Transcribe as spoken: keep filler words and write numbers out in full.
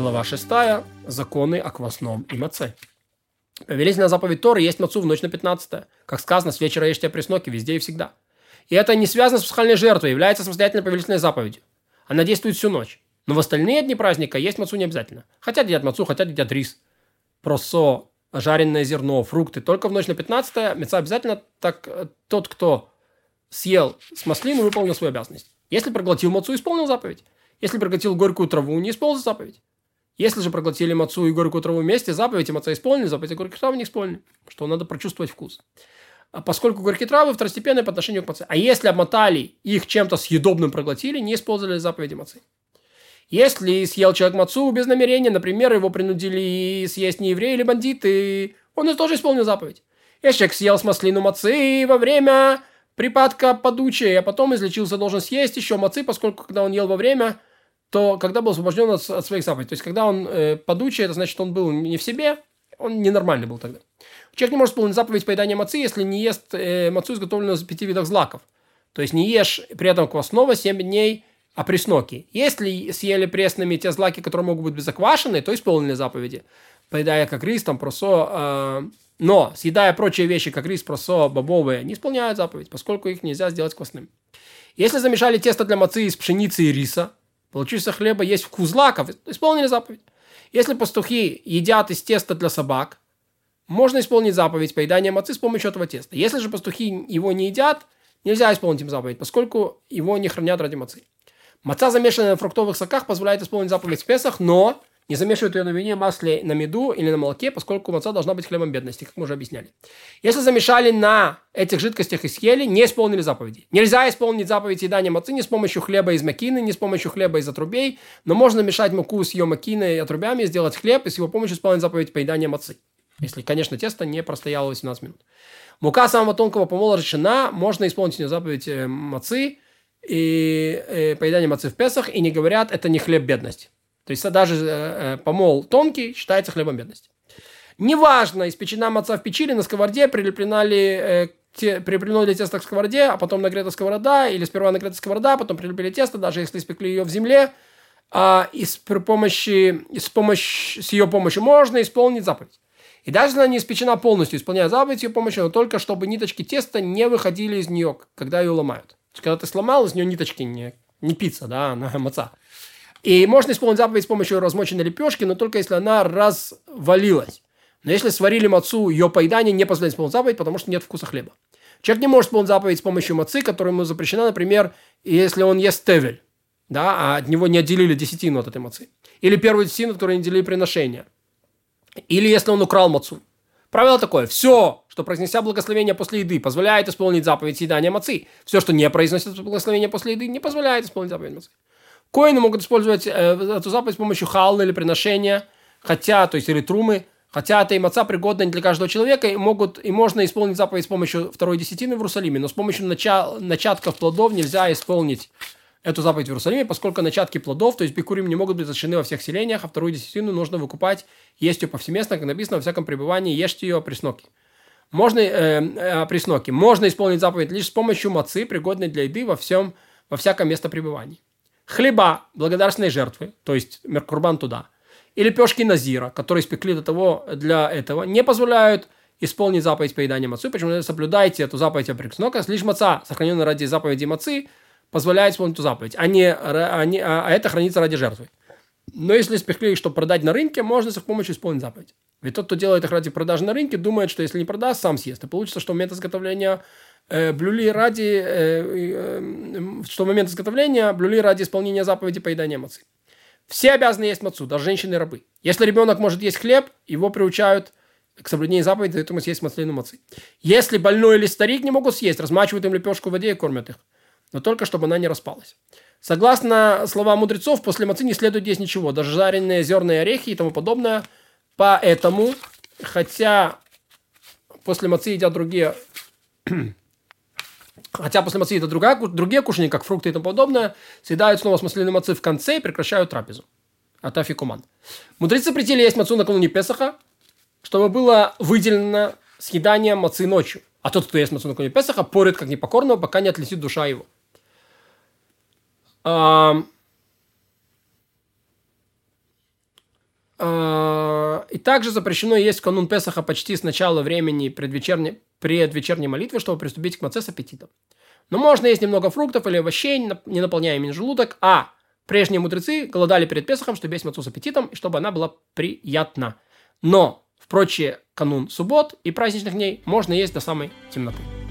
Глава шестая. Законы о квасном и маце. Повелительная заповедь Торы есть мацу в ночь на пятнадцатое. Как сказано, с вечера ешьте пресноки везде и всегда. И это не связано с пасхальной жертвой, является самостоятельной повелительной заповедью. Она действует всю ночь. Но в остальные дни праздника есть мацу не обязательно. Хотят едят мацу, хотят едят рис, просо, жареное зерно, фрукты. Только в ночь на пятнадцатое меца обязательно, так тот, кто съел с маслины, выполнил свою обязанность. Если проглотил мацу, исполнил заповедь. Если проглотил горькую траву, не исполнил заповедь. Если же проглотили мацу и горькую траву вместе, заповедь и маца исполнили, заповедь и горькие травы не исполнили. Что надо прочувствовать вкус. А поскольку горькие травы второстепенные по отношению к маце. А если обмотали их чем-то съедобным, проглотили, не использовали заповеди мацы. Если съел человек мацу без намерения, например, его принудили съесть не евреи или бандиты, он тоже исполнил заповедь. Если человек съел с маслину мацы во время припадка подучия, а потом излечился, должен съесть еще мацы, поскольку когда он ел во время, то когда был освобожден от, от своих заповедей. То есть, когда он э, подучий, это значит, он был не в себе, он ненормальный был тогда. Человек не может исполнить заповедь поедания мацы, если не ест э, мацу, изготовленную из пяти видов злаков. То есть, не ешь при этом квасного семь дней, а пресноки. Если съели пресными те злаки, которые могут быть безоквашены, то исполнили заповеди. Поедая как рис, там, просо, э, но съедая прочие вещи, как рис, просо, бобовые, не исполняют заповедь, поскольку их нельзя сделать квасным. Если замешали тесто для мацы из пшеницы и риса, получившегося хлеба есть вкус злаков, исполнили заповедь. Если пастухи едят из теста для собак, можно исполнить заповедь поедания мацы с помощью этого теста. Если же пастухи его не едят, нельзя исполнить им заповедь, поскольку его не хранят ради мацы. Маца, замешанная на фруктовых соках, позволяет исполнить заповедь в Песах, но не замешивают ее на вине, масле, на меду или на молоке, поскольку маца должна быть хлебом бедности, как мы уже объясняли. Если замешали на этих жидкостях и съели, не исполнили заповеди. Нельзя исполнить заповедь едания мацы ни с помощью хлеба из макины, ни с помощью хлеба из отрубей, но можно мешать муку с ее макиной и отрубями, сделать хлеб и с его помощью исполнить заповедь поедания мацы. Если, конечно, тесто не простояло восемнадцать минут. Мука самого тонкого помола ржана, можно исполнить ее заповедь мацы и э, поедание мацы в Песах, и не говорят, это не хлеб бедности. То есть даже э, помол тонкий считается хлебом бедности. Неважно, испечена маца в печи или на сковороде, прилеплена ли, э, те, прилеплено ли тесто к сковороде, а потом нагрета сковорода, или сперва нагрета сковорода, потом прилепили тесто, даже если испекли ее в земле, а, и с, при помощи, и с, помощь, с ее помощью можно исполнить заповедь. И даже если она не испечена полностью, исполняя заповедь с ее помощью, но только чтобы ниточки теста не выходили из нее, когда ее ломают. То есть, когда ты сломал, из нее ниточки не, не пицца, да, она маца. И можно исполнить заповедь с помощью размоченной лепешки, но только если она развалилась. Но если сварили мацу, ее поедание не позволяет исполнить заповедь, потому что нет вкуса хлеба. Человек не может исполнить заповедь с помощью мацы, которая ему запрещена, например, если он ест тевель, да, а от него не отделили десятину от этой мацы. Или первую десятину, от которой не отделили приношения. Или если он украл мацу. Правило такое: все, что произнеся благословение после еды, позволяет исполнить заповедь съедания мацы. Все, что не произносит благословение после еды, не позволяет исполнить заповедь мацы. Коины могут использовать э, эту заповедь с помощью халны или приношения, хотя, то есть или трумы, хотя эта и маца пригодна не для каждого человека, и, могут, и можно исполнить заповедь с помощью второй десятины в Иерусалиме, но с помощью нача, начатков плодов нельзя исполнить эту заповедь в Иерусалиме, поскольку начатки плодов, то есть бикурим, не могут быть разрешены во всех селениях, а вторую десятину нужно выкупать, есть ее повсеместно, как написано, во всяком пребывании ешьте ее пресноки. Можно, э, э, пресноки. Можно исполнить заповедь лишь с помощью мацы, пригодной для еды во, всем, во всяком местопребывании. Хлеба благодарственной жертвы, то есть меркурбан туда, и лепешки назира, которые испекли до того, для этого, не позволяют исполнить заповедь поедания мацы. Почему? Соблюдайте эту заповедь о пресноках. Лишь маца, сохраненная ради заповеди мацы, позволяет исполнить эту заповедь, а, не, а, не, а это хранится ради жертвы. Но если испекли их, чтобы продать на рынке, можно с их помощью исполнить заповедь. Ведь тот, кто делает их ради продажи на рынке, думает, что если не продаст, сам съест. И получится, что в момент изготовления э, блюли ради, э, э, что в момент изготовления блюли ради исполнения заповеди поедания мацы. Все обязаны есть мацу, даже женщины и рабы. Если ребенок может есть хлеб, его приучают к соблюдению заповеди, поэтому съесть маслину мацы. Если больной или старик не могут съесть, размачивают им лепешку в воде и кормят их. Но только чтобы она не распалась. Согласно словам мудрецов, после мацы не следует есть ничего, даже жареные зерна и орехи и тому подобное. Поэтому, хотя после мацы едят другие, хотя после мацы едят другая, другие кушания, как фрукты и тому подобное, съедают снова с маслиной мацы в конце и прекращают трапезу. Атафикуман. Мудрецы запретили есть мацу накануне Песаха, чтобы было выделено съедание мацы ночью. А тот, кто ест мацу накануне Песаха, порет как непокорного, пока не отлетит душа его. А... также запрещено есть в канун Песаха почти с начала времени предвечерней, предвечерней молитвы, чтобы приступить к маце с аппетитом. Но можно есть немного фруктов или овощей, не наполняя ими желудок, а прежние мудрецы голодали перед Песахом, чтобы есть мацу с аппетитом, и чтобы она была приятна. Но в прочие канун суббот и праздничных дней можно есть до самой темноты.